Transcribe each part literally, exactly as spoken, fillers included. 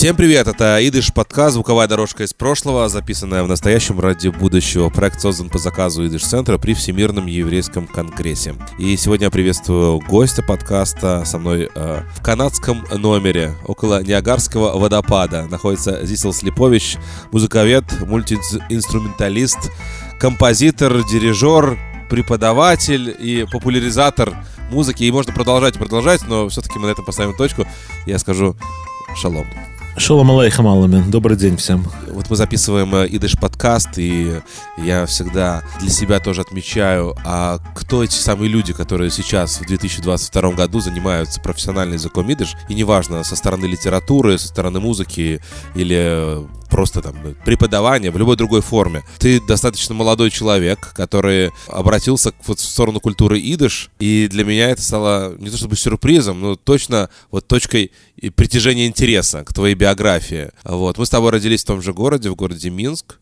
Всем привет, это Идыш подкаст «Звуковая дорожка из прошлого», записанная в настоящем ради будущего. Проект создан по заказу Идыш-центра при Всемирном еврейском конгрессе. И сегодня я приветствую гостя подкаста. Со мной э, в канадском номере около Ниагарского водопада находится Зисел Слипович, музыковед, мультиинструменталист, композитор, дирижер, преподаватель и популяризатор музыки. И можно продолжать и продолжать, но все-таки мы на этом поставим точку. Я скажу шалом. Шалом алейхам аламин. Добрый день всем. Вот мы записываем Идыш подкаст, и я всегда для себя тоже отмечаю, а кто эти самые люди, которые сейчас в две тысячи двадцать втором году занимаются профессиональным языком идыш, и неважно, со стороны литературы, со стороны музыки или просто там преподавания, в любой другой форме. Ты достаточно молодой человек, который обратился вот в сторону культуры идыш, и для меня это стало не то чтобы сюрпризом, но точно вот точкой притяжения интереса к твоей биографии. Вот. Мы с тобой родились в том же городе, в городе Минск,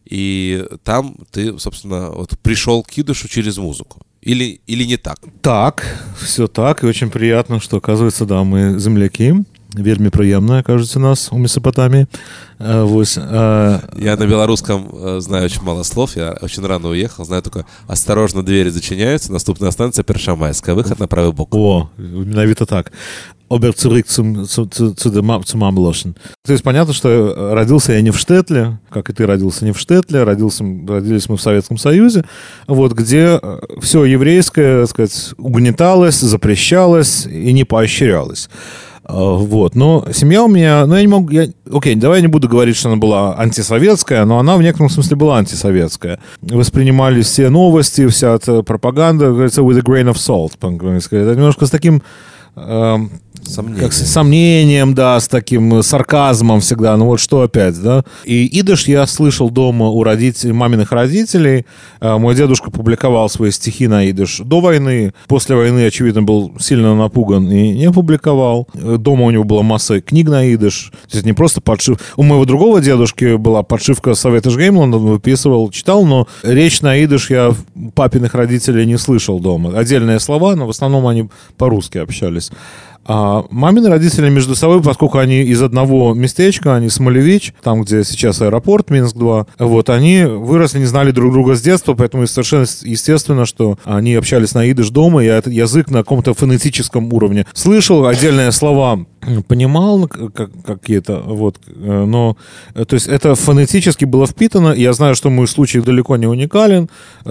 и там ты, собственно, вот пришел к идышу через музыку. Или, или не так? Так, все так, и очень приятно, что, оказывается, да, мы земляки. Вельми приємно, кажется, нас у Месопотамии. Вот. Я на белорусском знаю очень мало слов, я очень рано уехал, знаю только «Осторожно, двери зачиняются», наступная станция Першамайская, выход на правый бок. О, именно так. Aber zurück zum, zu, zu, zu dem, zum Amloschen. То есть понятно, что родился я не в Штетле, как и ты родился не в Штетле, родился, родились мы в Советском Союзе, вот, где все еврейское, так сказать, угнеталось, запрещалось и не поощрялось. Вот, но семья у меня, ну я не могу, я, окей, давай я не буду говорить, что она была антисоветская, но она в некотором смысле была антисоветская. Воспринимали все новости, вся эта пропаганда, говорится, with a grain of salt, по-английски. Это немножко с таким э, Сомнением. Как, с сомнением, да, с таким сарказмом всегда, ну вот что опять, да. И идыш я слышал дома у родителей, маминых родителей. Мой дедушка публиковал свои стихи на идыш до войны. После войны, очевидно, был сильно напуган и не публиковал. Дома у него была масса книг на идыш. То есть не просто подшив... У моего другого дедушки была подшивка Совета Жгеймланда, он выписывал, читал, но речь на идыш я папиных родителей не слышал дома. Отдельные слова, но в основном они по-русски общались. А мамины родители между собой, поскольку они из одного местечка, они Смолевич, там, где сейчас аэропорт, Минск-два, вот, они выросли, не знали друг друга с детства, поэтому совершенно естественно, что они общались на идыш дома, я этот язык на каком-то фонетическом уровне слышал, отдельные слова понимал как, какие-то, вот, но, то есть это фонетически было впитано, я знаю, что мой случай далеко не уникален.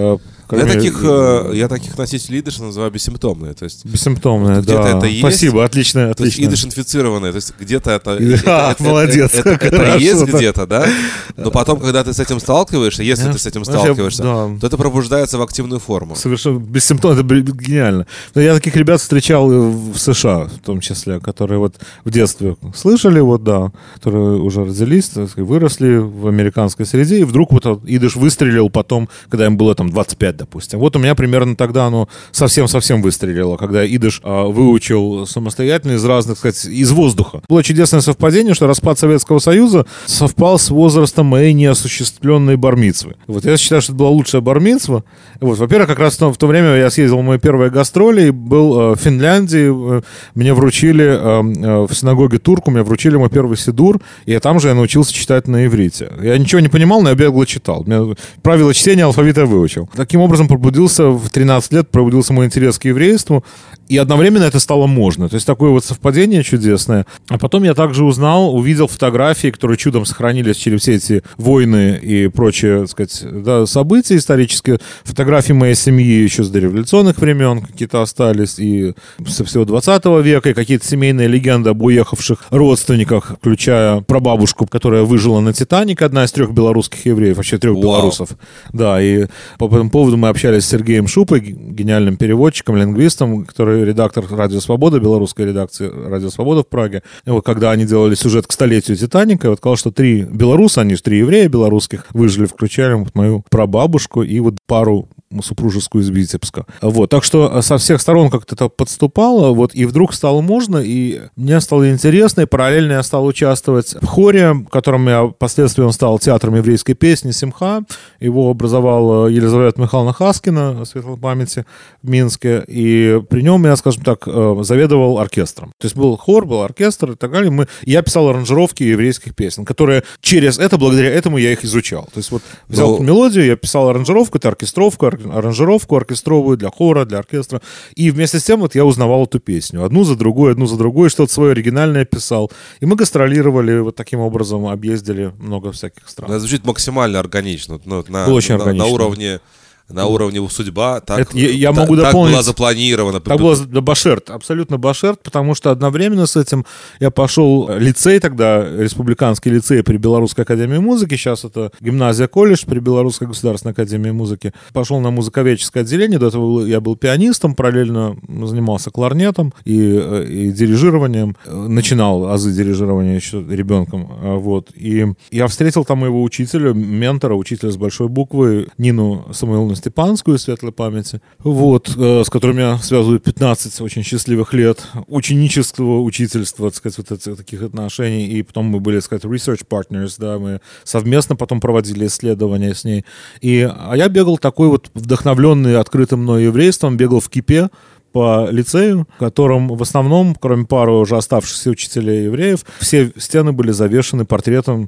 Я таких, я таких носителей идыша называю бессимптомные. То есть бессимптомные, где-то да. это есть. Спасибо, отлично, отлично. То есть идыш инфицированный, то есть где-то это... Да, это, молодец. Это, это, это есть где-то, да? Но потом, когда ты с этим сталкиваешься, если ты с этим сталкиваешься, да, то это пробуждается в активную форму. Совершенно бессимптомно, это гениально. Но я таких ребят встречал в США, в том числе, которые вот в детстве слышали, вот, да, которые уже родились, выросли в американской среде, и вдруг вот идыш выстрелил потом, когда им было там двадцать пять, допустим. Вот у меня примерно тогда оно совсем-совсем выстрелило, когда я идыш а, выучил самостоятельно из разных, так сказать, из воздуха. Было чудесное совпадение, что распад Советского Союза совпал с возрастом моей неосуществленной бар-мицвы. Вот я считаю, что это была лучшая бар-мицва. Вот, во-первых, как раз в то, в то время я съездил в мои первые гастроли и был э, в Финляндии. Э, мне вручили э, э, в синагоге турку, мне вручили мой первый сидур, и там же я научился читать на иврите. Я ничего не понимал, но я бегло читал. Меня, правила чтения алфавита я выучил. Таким образом, пробудился в тринадцать лет, пробудился мой интерес к еврейству, и одновременно это стало можно. То есть такое вот совпадение чудесное. А потом я также узнал, увидел фотографии, которые чудом сохранились через все эти войны и прочие, так сказать, да, события исторические. Фотографии моей семьи еще с дореволюционных времен какие-то остались, и со всего двадцатого века, и какие-то семейные легенды об уехавших родственниках, включая прабабушку, которая выжила на «Титанике», одна из трех белорусских евреев, вообще трех Вау. белорусов. Да, и по этому поводу мы общались с Сергеем Шупой, гениальным переводчиком, лингвистом, который редактор «Радио Свобода», белорусской редакции «Радио Свобода» в Праге. И вот когда они делали сюжет к столетию «Титаника», вот сказал, что три белоруса, они же три еврея белорусских, выжили, включая вот мою прабабушку и вот пару супружескую из Витебска. Вот, так что со всех сторон как-то это подступало, вот, и вдруг стало можно, и мне стало интересно, и параллельно я стал участвовать в хоре, в котором я впоследствии он стал театром еврейской песни «Симха». Его образовала Елизавета Михайловна Хаскина, светлой памяти, в Минске, и при нем я, скажем так, заведовал оркестром. То есть был хор, был оркестр и так далее. Мы, я писал аранжировки еврейских песен, которые через это, благодаря этому я их изучал. То есть вот взял Но... эту мелодию, я писал аранжировку, это оркестровку, аранжировку оркестровую для хора, для оркестра, и вместе с тем вот я узнавал эту песню. Одну за другой, одну за другой, что-то свое оригинальное писал. И мы гастролировали вот таким образом, объездили много всяких стран. Это звучит максимально органично. Ну, на, Было очень на, органично. На уровне... На уровне судьба так, это, я, я та, могу так дополнить, была запланирована. Так было башерт, абсолютно башерт, потому что одновременно с этим я пошел в лицей тогда, республиканский лицей при Белорусской академии музыки, сейчас это гимназия-колледж при Белорусской государственной академии музыки. Пошел на музыковедческое отделение, до этого я был пианистом, параллельно занимался кларнетом и, и дирижированием, начинал азы дирижирования еще ребенком. Вот. И я встретил там моего учителя, ментора, учителя с большой буквы, Нину Самуиловну Степанскую, светлой памяти, вот, э, с которой меня связывают пятнадцать очень счастливых лет ученического учительства, так сказать, вот этих, таких отношений, и потом мы были, так сказать, research partners, да, мы совместно потом проводили исследования с ней, и, а я бегал такой вот вдохновленный открытым мной еврейством, бегал в кипе по лицею, в котором в основном, кроме пары уже оставшихся учителей евреев, все стены были завешаны портретами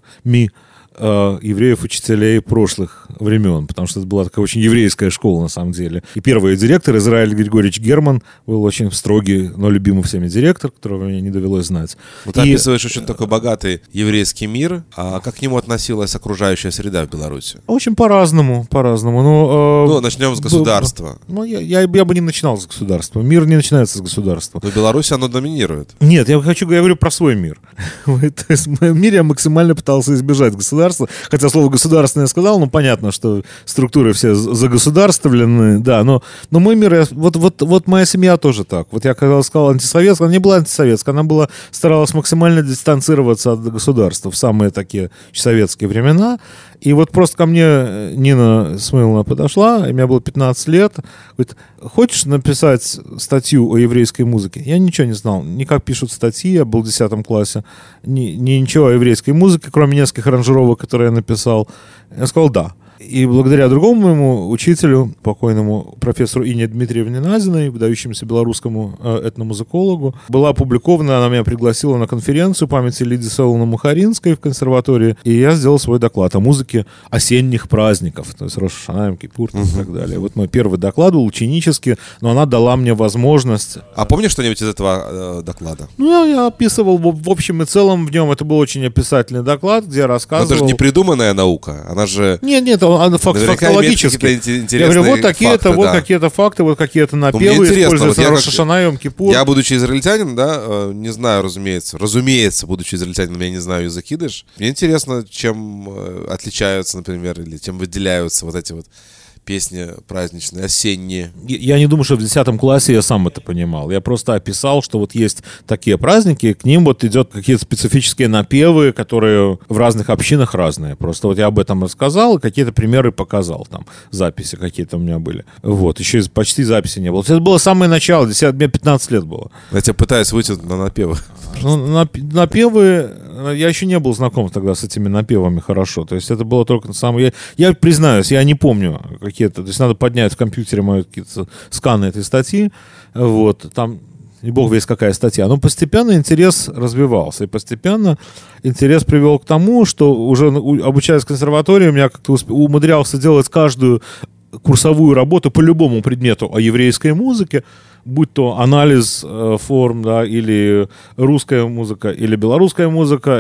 евреев-учителей прошлых времен, потому что это была такая очень еврейская школа, на самом деле. И первый директор, Израиль Григорьевич Герман, был очень строгий, но любимый всеми директор, которого мне не довелось знать. Вот ты и... описываешь очень такой богатый еврейский мир, а как к нему относилась окружающая среда в Беларуси? Очень по-разному, по-разному. Но, э, ну, начнем с государства. Ну, я, я, я бы не начинал с государства. Мир не начинается с государства. Но в Беларуси оно доминирует. Нет, я хочу, я говорю про свой мир. То есть в моем мире я максимально пытался избежать государства. Хотя слово «государственное» я сказал, ну, понятно, что структуры все загосударствлены, да, но, но мой мир, я, вот, вот, вот моя семья тоже так. Вот я когда сказал антисоветская, она не была антисоветская, она была, старалась максимально дистанцироваться от государства в самые такие советские времена. И вот просто ко мне Нина Самуиловна подошла, и мне было пятнадцать лет, говорит: хочешь написать статью о еврейской музыке? Я ничего не знал, ни как пишут статьи, я был в десятом классе, ни, ни ничего о еврейской музыке, кроме нескольких аранжировок, которые я написал. Я сказал «да». И благодаря другому моему учителю, покойному профессору Инне Дмитриевне Назиной, выдающемуся белорусскому э, этномузыкологу, была опубликована, она меня пригласила на конференцию памяти Лидии Сауловны Мухаринской в консерватории, и я сделал свой доклад о музыке осенних праздников, то есть Рош ха-Шана, Йом Кипур и так далее. Вот мой первый доклад был ученический, но она дала мне возможность... А помнишь что-нибудь из этого э, доклада? Ну, я, я описывал в, в общем и целом в нем, это был очень описательный доклад, где я рассказывал... Но это же не придуманная наука, она же... Нет, нет, она факт, фактологически. Я говорю, вот такие-то, факты, вот да. какие-то факты, вот какие-то напевы используются на Рош ха-Шана, Йом Кипур. Я, будучи израильтянин, да, не знаю, разумеется, разумеется, будучи израильтянином, я не знаю язык идиш. Мне интересно, чем отличаются, например, или чем выделяются вот эти вот песни праздничные, осенние. Я не думаю, что в десятом классе я сам это понимал. Я просто описал, что вот есть такие праздники, к ним вот идет какие-то специфические напевы, которые в разных общинах разные. Просто вот я об этом рассказал и какие-то примеры показал. Там записи какие-то у меня были. Вот, еще почти записи не было. Это было самое начало, мне пятнадцать лет было. Я тебя пытаюсь выйти на напевы. Ну, напевы... Я еще не был знаком тогда с этими напевами хорошо. То есть это было только самое... Я, я признаюсь, я не помню какие-то... То есть надо поднять в компьютере мои какие-то сканы этой статьи. Вот. Там, не бог весь какая статья. Но постепенно интерес развивался. И постепенно интерес привел к тому, что уже обучаясь в консерватории, у меня как-то усп... умудрялся делать каждую курсовую работу по любому предмету о еврейской музыке, будь то анализ э, форм, да, или русская музыка, или белорусская музыка,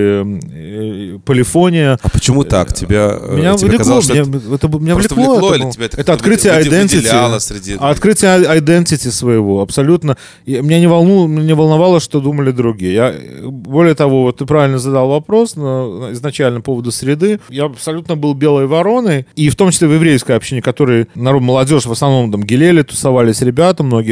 или э, полифония. А почему так? Тебя, меня тебе влекло, казалось, что меня, это, это, меня просто влекло, влекло, это, или тебя это, это открытие identity, среди... открытие identity своего, абсолютно. И меня не, волну, не волновало, что думали другие. Я, более того, вот ты правильно задал вопрос но, изначально по поводу среды. Я абсолютно был белой вороной, и в том числе в еврейской общине, которой народ, молодежь, в основном там Гилеле тусовались ребята, многие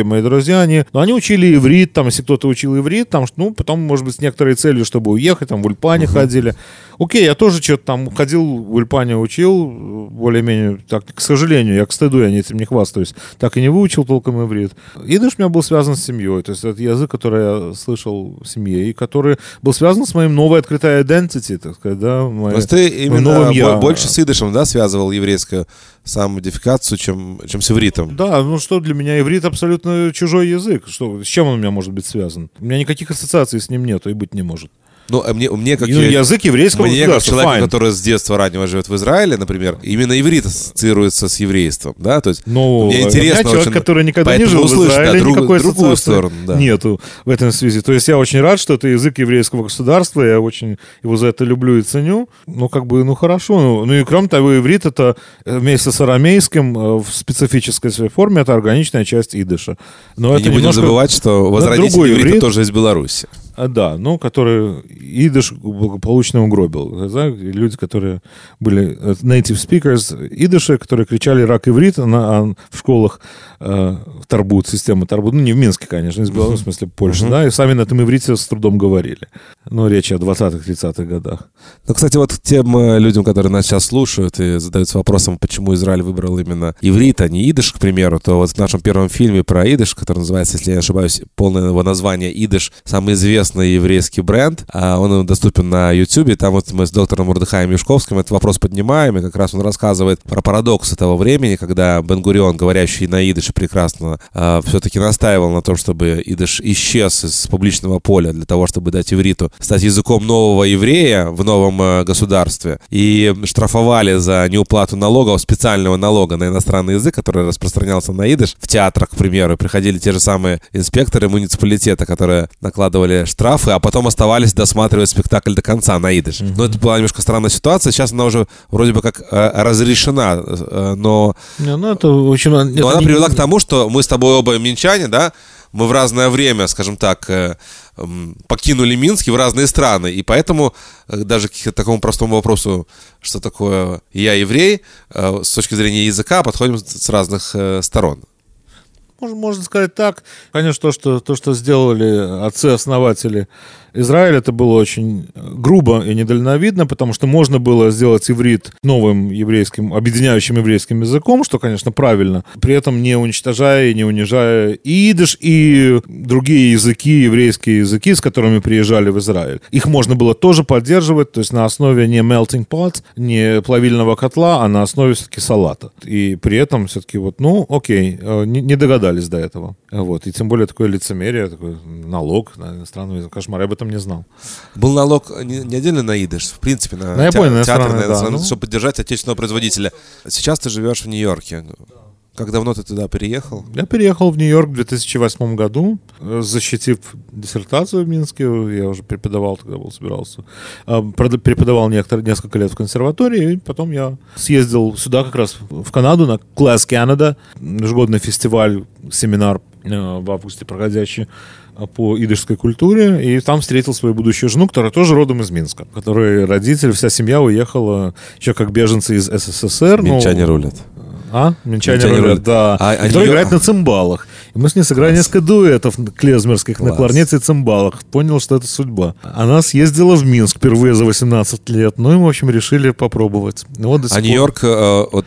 мои друзья, они, ну, они учили иврит, там, если кто-то учил иврит, там, ну, потом, может быть, с некоторой целью, чтобы уехать, там, в Ульпане uh-huh. ходили. Окей, я тоже что-то там ходил, в Ульпане учил, более-менее, так, к сожалению, я к стыду, я этим не хвастаюсь, так и не выучил толком иврит. Идыш у меня был связан с семьей, то есть это язык, который я слышал в семье, и который был связан с моим новой открытой identity, так сказать, да, моей, то есть ты именно новым я. Больше с идышем, да, связывал еврейскую самомодификацию, чем, чем с ивритом? Да, ну что, для меня иврит абсолютно чужой язык, что, с чем он у меня может быть связан? У меня никаких ассоциаций с ним нет, и быть не может. Ну, а мне, мне как ну, я, язык еврейского мне как человеку, fine. который с детства раннего живет в Израиле, например, именно иврит ассоциируется с еврейством, да, то есть ну, мне интересно я человек, очень, который никогда не жил в услышать, Израиле, да, друг, никакой другую сторону, да. нету в этом связи. То есть я очень рад, что это язык еврейского государства, я очень его за это люблю и ценю. Ну, как бы, ну, хорошо. Ну, ну и кроме того, иврит — это вместе с арамейским в специфической своей форме, это органичная часть идыша. Но и это не будем немножко... забывать, что возродитель иврита иврит тоже из Беларуси. А, да, ну, который идыш благополучно угробил. Знаете, люди, которые были native speakers идыша, которые кричали «рак иврит» на, в школах э, Тарбут, системы Тарбут. Ну, не в Минске, конечно, из Беларуси, в смысле Польши, uh-huh. да, и сами на этом иврите с трудом говорили. Но речь о двадцатых-тридцатых годах. Ну, кстати, вот тем людям, которые нас сейчас слушают и задаются вопросом, почему Израиль выбрал именно иврит, а не идыш, к примеру, то вот в нашем первом фильме про идыш, который называется, если я не ошибаюсь, полное его название «Идыш», самый известный еврейский бренд, он доступен на YouTube, там вот мы с доктором Мордыхаем Юшковским этот вопрос поднимаем, и как раз он рассказывает про парадоксы того времени, когда Бен-Гурион, говорящий на идыше прекрасно, все-таки настаивал на том, чтобы идыш исчез из публичного поля для того, чтобы дать ивриту стать языком нового еврея в новом государстве, и штрафовали за неуплату налогов, специального налога на иностранный язык, который распространялся на идыш. В театрах, к примеру, приходили те же самые инспекторы муниципалитета, которые накладывали штрафы, а потом оставались досматривать спектакль до конца на идыш. Mm-hmm. Но это была немножко странная ситуация. Сейчас она уже вроде бы как э, разрешена, э, но, не, ну это очень... но это она не... привела к тому, что мы с тобой оба минчане, да, мы в разное время, скажем так, э, э, покинули Минск и в разные страны, и поэтому э, даже к такому простому вопросу, что такое я еврей, э, с точки зрения языка подходим с разных э, сторон. Можно, можно сказать так. Конечно, то что, то, что сделали отцы-основатели Израиля, это было очень грубо и недальновидно, потому что можно было сделать иврит новым еврейским, объединяющим еврейским языком, что, конечно, правильно, при этом не уничтожая и не унижая и идыш, и другие языки, еврейские языки, с которыми приезжали в Израиль. Их можно было тоже поддерживать, то есть на основе не melting pot, не плавильного котла, а на основе все-таки салата. И при этом все-таки вот, ну, окей, не, не догадались до этого. Вот. И тем более такое лицемерие, такой налог на иностранный язык. Кошмар, я об этом не знал. Был налог не, не отдельно на идыш, в принципе, на, на, те, понял, на театр, страны, на, да, на, ну... чтобы поддержать отечественного производителя. Сейчас ты живешь в Нью-Йорке. Как давно ты туда переехал? Я переехал в Нью-Йорк в две тысячи восьмом году, защитив диссертацию в Минске. Я уже преподавал, тогда был, собирался. Преподавал несколько лет в консерватории, и потом я съездил сюда как раз, в Канаду, на Class Canada, ежегодный фестиваль, семинар в августе проходящий по идышской культуре, и там встретил свою будущую жену, которая тоже родом из Минска, которой родители, вся семья уехала еще как беженцы из СССР. Минчане ну, рулят. А? Минчане рулят, да. А, который они... играет на цимбалах. И мы с ней сыграли несколько дуэтов клезмерских на кларнете и цимбалах. Понял, что это судьба. Она съездила в Минск впервые за восемнадцать лет. Ну и, в общем, решили попробовать. Вот до сих а пор... Нью-Йорк э, вот,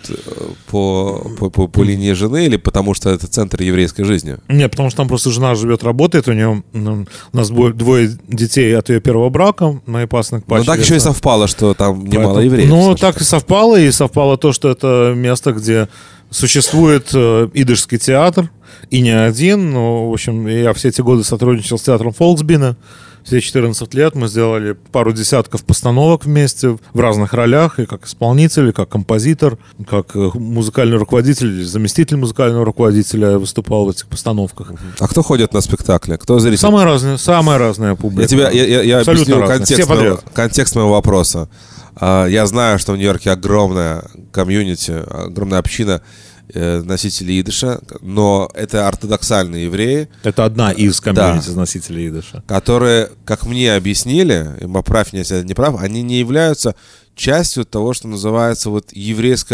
по, по, по, по линии жены или потому что это центр еврейской жизни? Нет, потому что там просто жена живет, работает. У нее у нас двое детей от ее первого брака. Мои пасынок Ну так еще и совпало, что там немало Поэтому... евреев. Ну так и совпало. И совпало то, что это место, где существует э, идышский театр, и не один, но, в общем, я все эти годы сотрудничал с театром Фолксбина, все четырнадцать лет мы сделали пару десятков постановок вместе в разных ролях, и как исполнитель, и как композитор, как музыкальный руководитель, заместитель музыкального руководителя я выступал в этих постановках. А кто ходит на спектакли? Кто зритель? Самая разная, самая разная публика. Я, тебя, я, я, я объясню контекст моего, все контекст моего вопроса. Я знаю, что в Нью-Йорке огромная комьюнити, огромная община носителей идыша, но это ортодоксальные евреи. Это одна из комьюнити да, носителей идыша. Которые, как мне объяснили, и поправь меня, если я не прав, они не являются частью того, что называется вот еврейская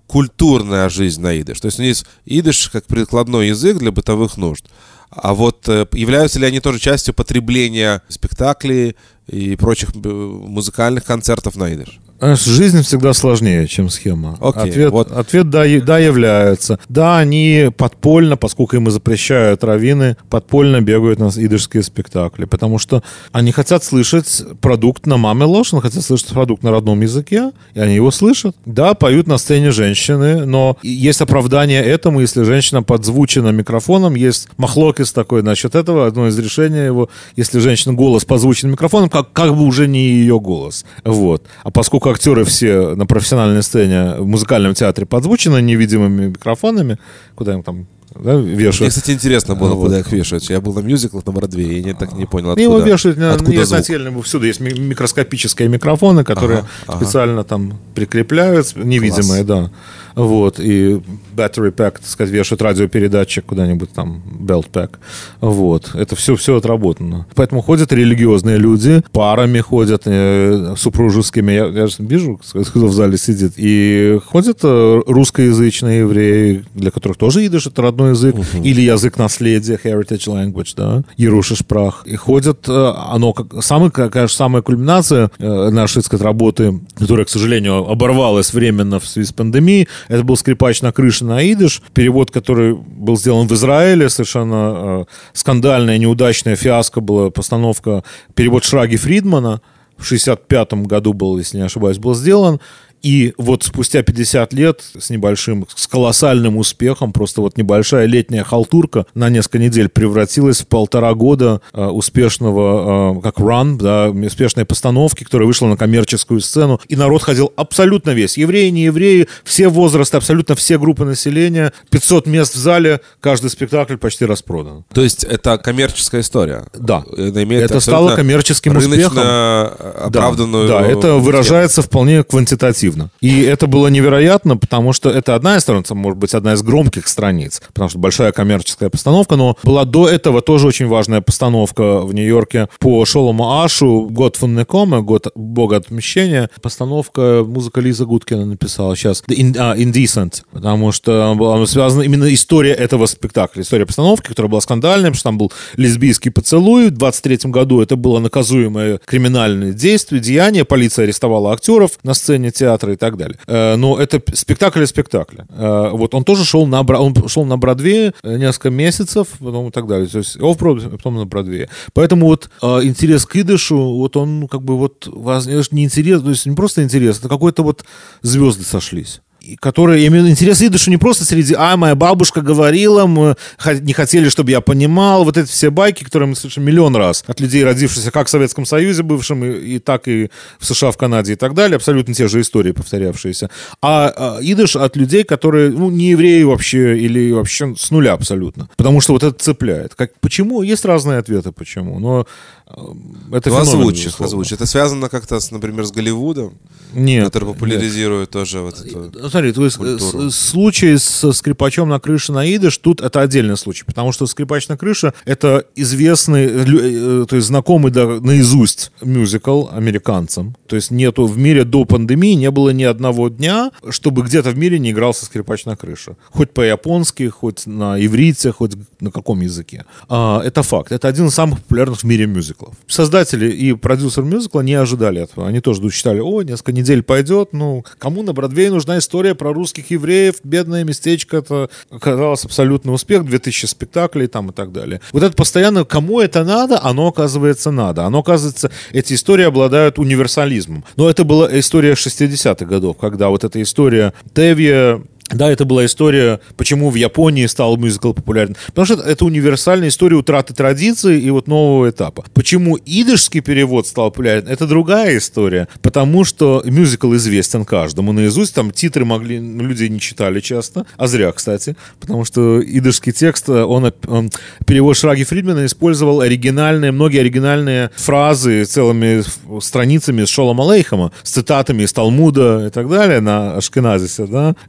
культурная жизнь на идиш? То есть у них есть идиш как прикладной язык для бытовых нужд. А вот являются ли они тоже частью потребления спектаклей и прочих музыкальных концертов на идиш? Жизнь всегда сложнее, чем схема. Okay, ответ, вот. ответ да, да, является. Да, они подпольно, поскольку им и запрещают раввины, подпольно бегают на идишские спектакли, потому что они хотят слышать продукт на маме ложь, они хотят слышать продукт на родном языке, и они его слышат. Да, поют на сцене женщины, но есть оправдание этому, если женщина подзвучена микрофоном, есть махлокис такой насчет этого, одно из решений его, если женщина голос подзвучен микрофоном, как, как бы уже не ее голос. Вот. А поскольку актеры все на профессиональной сцене в музыкальном театре подзвучены невидимыми микрофонами, куда им там, да, вешают. Мне, кстати, интересно было, вот. Куда их вешают. Я был на мюзиклах на Бродвее, и я так не понял, откуда. Его вешают на, откуда нет, нательно, всюду есть микроскопические микрофоны, которые ага, специально ага. там прикрепляются, невидимые, Класс. Да. Вот, и battery pack, так сказать, вешают радиопередатчик куда-нибудь там, belt pack. Вот, это все, все отработано. Поэтому ходят религиозные люди, парами ходят, э, супружескими. Я, я же вижу, кто в зале сидит. И ходят русскоязычные евреи, для которых тоже идиш это родной язык, uh-huh. или язык наследия, heritage language, да, Ерушишпрах. И ходят, оно, как, самый, конечно, самая кульминация э, нашей, так сказать, работы, которая, к сожалению, оборвалась временно в связи с пандемией, это был «Скрипач на крыше» на идиш, перевод, который был сделан в Израиле, совершенно э, скандальная, неудачная фиаско была постановка, перевод Шраги Фридмана, в шестьдесят пятом году был, если не ошибаюсь, был сделан. И вот спустя пятьдесят лет с небольшим, с колоссальным успехом, просто вот небольшая летняя халтурка на несколько недель превратилась в полтора года э, успешного, э, как run, да, успешной постановки, которая вышла на коммерческую сцену. И народ ходил абсолютно весь. Евреи, не евреи, все возрасты, абсолютно все группы населения. пятьсот мест в зале, каждый спектакль почти распродан. То есть это коммерческая история? Да. Это, имеет это стало коммерческим успехом. Оправданную... Да, да, это выражается вполне квантитативно. И это было невероятно, потому что это одна из страниц, может быть, одна из громких страниц, потому что большая коммерческая постановка, но была до этого тоже очень важная постановка в Нью-Йорке по Шолому Ашу «Год фон Некоме», «Год Бога отмщения». Постановка, музыка Лиза Гудкина написала сейчас, «Indecent», потому что была связана именно история этого спектакля, история постановки, которая была скандальной, потому что там был лесбийский поцелуй. В двадцать третьем году это было наказуемое криминальное действие, деяние, полиция арестовала актеров на сцене театра и так далее. Но это спектакль и спектакль. Вот он тоже шел на, он шел на Бродвее несколько месяцев, потом и так далее. То есть офф-бродвей, потом на Бродвее. Поэтому вот интерес к идишу, вот он как бы вот не интерес, то есть не просто интерес, это какой-то вот звезды сошлись. Которые именно интерес идишу не просто среди «а, моя бабушка говорила, мы не хотели, чтобы я понимал», вот эти все байки, которые мы слышим миллион раз от людей, родившихся как в Советском Союзе бывшем, и, и так и в США, в Канаде и так далее, абсолютно те же истории повторявшиеся. А, а идиш от людей, которые, ну, не евреи вообще, или вообще с нуля абсолютно. Потому что вот это цепляет. Как, почему? Есть разные ответы, почему. Но это феномен, озвучь, озвучь. Это связано как-то, с, например, с Голливудом? Нет. Который популяризирует нет. тоже вот эту Смотри, то есть культуру. Случай с скрипачом на крыше на идиш, тут это отдельный случай, потому что «Скрипач на крыше» — это известный, то есть знакомый да, наизусть мюзикл американцам. То есть нету в мире до пандемии не было ни одного дня, чтобы где-то в мире не игрался «Скрипач на крыше». Хоть по-японски, хоть на иврите, хоть на каком языке. А, это факт. Это один из самых популярных в мире мюзиклов. Создатели и продюсер мюзикла не ожидали этого. Они тоже считали, о, несколько недель пойдет, ну, кому на Бродвее нужна история про русских евреев, бедное местечко, это оказалось абсолютный успех, две тысячи спектаклей там и так далее. Вот это постоянно, кому это надо, оно оказывается надо. Оно оказывается, эти истории обладают универсализмом. Но это была история шестидесятых годов, когда вот эта история Тевье, да, это была история, почему в Японии стал мюзикл популярен. Потому что это универсальная история утраты традиций и вот нового этапа. Почему идишский перевод стал популярен, это другая история. Потому что мюзикл известен каждому наизусть. Там титры могли, люди не читали часто. А зря, кстати. Потому что идишский текст, он, он перевод Шраги Фридмана использовал оригинальные, многие оригинальные фразы целыми страницами с Шолома Алейхема, с цитатами из Талмуда и так далее на ашкеназисе, да. И такие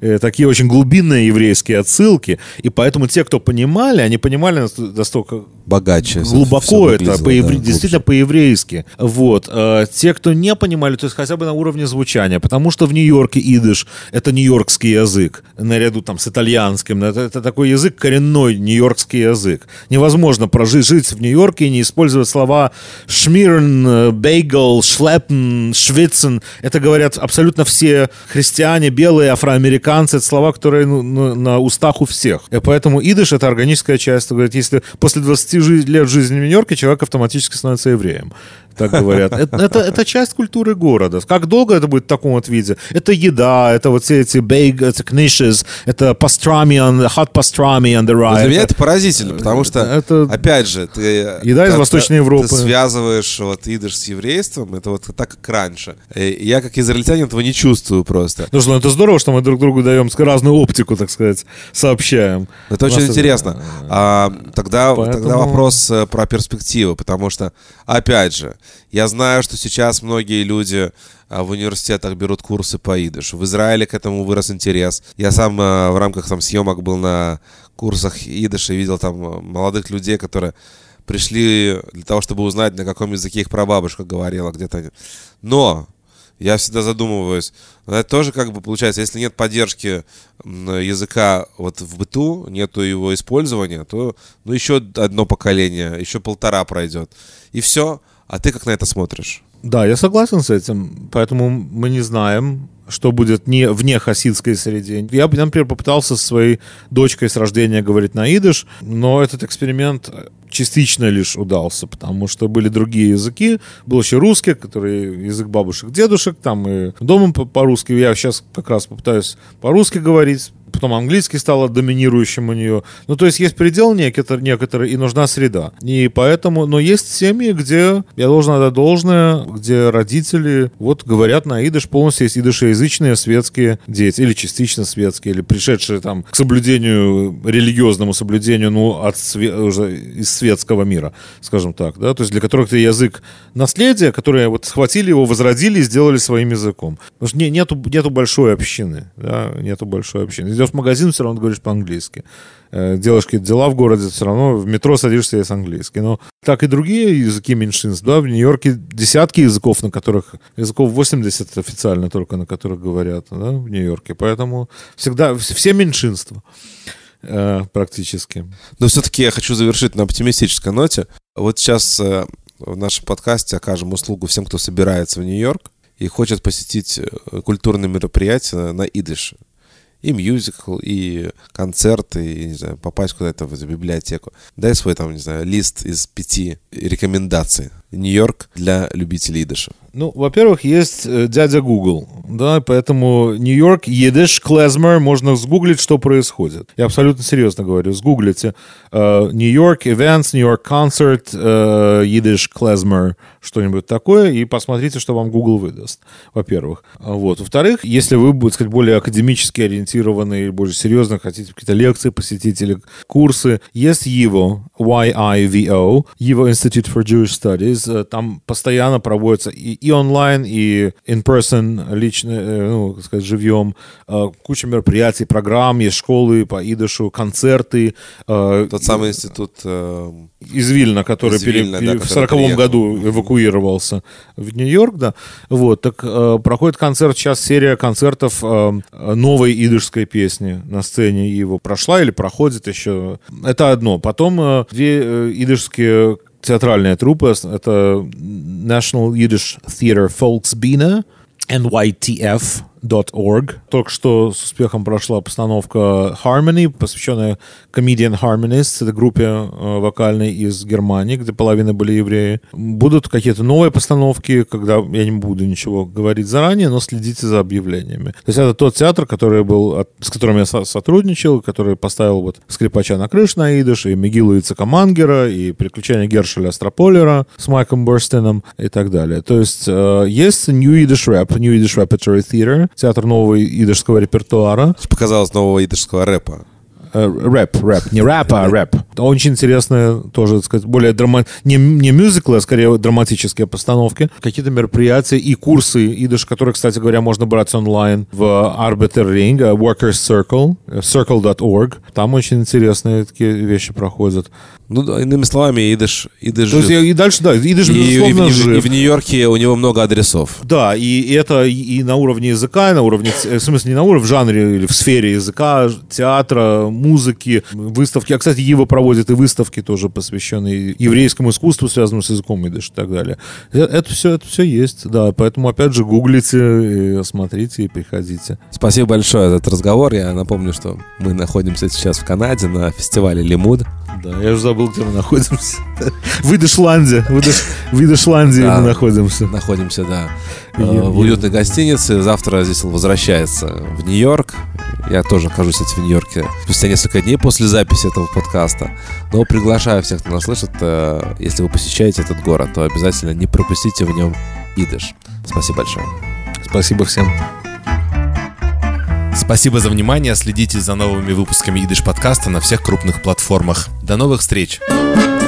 такие очень глубинные еврейские отсылки, и поэтому те, кто понимали, они понимали настолько богаче, глубоко это, по-евре... да, действительно по-еврейски. Вот. А те, кто не понимали, то есть хотя бы на уровне звучания, потому что в Нью-Йорке идиш — это нью-йоркский язык, наряду там с итальянским, это, это такой язык, коренной нью-йоркский язык. Невозможно прожить жить в Нью-Йорке и не использовать слова «шмирн», «бейгл», «шлепн», «швицен». Это говорят абсолютно все христиане, белые, афроамериканцы. Это слова, которые ну, на, на устах у всех. И поэтому идиш — это органическая часть. Говорят, если после двадцати лет жизни в Нью-Йорке человек автоматически становится евреем. Так говорят. Это, это, это часть культуры города. Как долго это будет в таком вот виде? Это еда, это вот все эти бейг, это книшес, это pastrami, on, hot pastrami on the rye. Для меня это поразительно, потому что, это, опять же, ты, еда из Восточной Европы. Ты связываешь вот идиш с еврейством, это вот так, как раньше. И я, как израильтянин, этого не чувствую просто. Ну что, это здорово, что мы друг другу даем разную оптику, так сказать, сообщаем. Это очень это... интересно. А, тогда, Поэтому... тогда вопрос про перспективы, потому что, опять же, я знаю, что сейчас многие люди в университетах берут курсы по идишу. В Израиле к этому вырос интерес. Я сам в рамках там съемок был на курсах идиша и видел там молодых людей, которые пришли для того, чтобы узнать, на каком языке их прабабушка говорила где-то. Но я всегда задумываюсь, это тоже как бы получается, если нет поддержки языка вот в быту, нету его использования, то ну, еще одно поколение, еще полтора пройдет. И все. А ты как на это смотришь? Да, я согласен с этим. Поэтому мы не знаем, что будет не вне хасидской среде. Я, например, попытался со своей дочкой с рождения говорить на идиш, но этот эксперимент частично лишь удался, потому что были другие языки. Был еще русский, который язык бабушек, дедушек, там и дома по-русски. Я сейчас как раз попытаюсь по-русски говорить. Потом английский стал доминирующим у нее. Ну, то есть есть предел некоторый, некоторый, и нужна среда. И поэтому, но есть семьи, где, я должен отдать должное, где родители вот говорят на идиш, полностью есть идишеязычные светские дети, или частично светские, или пришедшие там к соблюдению, религиозному соблюдению, ну, от све- уже из светского мира, скажем так, да, то есть для которых это язык наследия, которые вот схватили его, возродили и сделали своим языком. Потому что не, нету, нету большой общины, да, нету большой общины. Идешь в магазин, все равно говоришь по-английски. Делаешь какие-то дела в городе, все равно в метро садишься и с английский. Но так и другие языки меньшинств. Да? В Нью-Йорке десятки языков, на которых... Языков восемьдесят официально только, на которых говорят, да, в Нью-Йорке. Поэтому всегда... Все меньшинства практически. Но все-таки я хочу завершить на оптимистической ноте. Вот сейчас в нашем подкасте окажем услугу всем, кто собирается в Нью-Йорк и хочет посетить культурные мероприятия на идише. И мюзикл, и концерт, и, не знаю, попасть куда-то в библиотеку. Дай свой, там, не знаю, лист из пяти рекомендаций. Нью-Йорк для любителей идиша. Ну, во-первых, есть э, дядя Google, да, поэтому Нью-Йорк, Yiddish, клезмер, можно сгуглить, что происходит. Я абсолютно серьезно говорю, сгуглите Нью-Йорк uh, Events, Нью-Йорк Concert, uh, Yiddish, клезмер, что-нибудь такое, и посмотрите, что вам Google выдаст, во-первых. Вот. Во-вторых, если вы, будете сказать, более академически ориентированные, более серьезно хотите какие-то лекции посетить или курсы, есть йиво, уай ай ви о, йиво Institute for Jewish Studies, там постоянно проводятся и, и онлайн, и in-person, лично, ну, так сказать, живьем, куча мероприятий, программ, есть школы по идишу, концерты. Тот самый институт... Из Вильна, который из Вильна, пере, да, в сороковом году эвакуировался в Нью-Йорк, да. Вот, так проходит концерт, сейчас серия концертов новой идишской песни на сцене его прошла или проходит еще. Это одно. Потом две идишские театральные труппы. Это National Yiddish Theatre Volksbühne, эн уай ти эф точка орг. Только что с успехом прошла постановка Harmony, посвященная Comedian Harmonists, это группе э, вокальной из Германии, где половина были евреи. Будут какие-то новые постановки, когда я не буду ничего говорить заранее, но следите за объявлениями. То есть это тот театр, который был, с которым я со- сотрудничал, который поставил вот «Скрипача на крыше» на идиш, и «Мегилу Ицхака Мангера», и «Приключения Гершеля Астрополера» с Майком Берстином и так далее. То есть э, есть New Yiddish Rap, New Yiddish Repertory Theater, театр нового идишского репертуара. Показалось нового идишского рэпа. рэп, рэп, не рэп, а рэп. Очень интересные тоже, так сказать, более драма... не, не мюзиклы, а скорее драматические постановки, какие-то мероприятия и курсы идыш, которые, кстати говоря, можно брать онлайн в Arbiter Ring, Workers Circle, circle dot org. Там очень интересные такие вещи проходят. Ну, иными словами, идыш, идыш жив. И дальше, да, идыш, и, безусловно, и, и, жив. И в Нью-Йорке у него много адресов. Да, и это и на уровне языка, и на уровне, в смысле, не на уровне, в жанре или в сфере языка, театра, музыки, выставки. А, кстати, Ива проводит и выставки тоже, посвященные еврейскому искусству, связанному с языком идыш и так далее. Это все, это все есть, да, поэтому, опять же, гуглите, смотрите и приходите. Спасибо большое за этот разговор. Я напомню, что мы находимся сейчас в Канаде на фестивале Лимуд. Да, я уже забыл, где мы находимся. В Идышланде. В Идышланде да, мы находимся. Находимся, да. Я, в уютной гостинице. Завтра здесь он возвращается в Нью-Йорк. Я тоже нахожусь, кстати, в Нью-Йорке спустя несколько дней после записи этого подкаста. Но приглашаю всех, кто нас слышит, если вы посещаете этот город, то обязательно не пропустите в нем идыш. Спасибо большое. Спасибо всем. Спасибо за внимание. Следите за новыми выпусками идыш подкаста на всех крупных платформах. До новых встреч!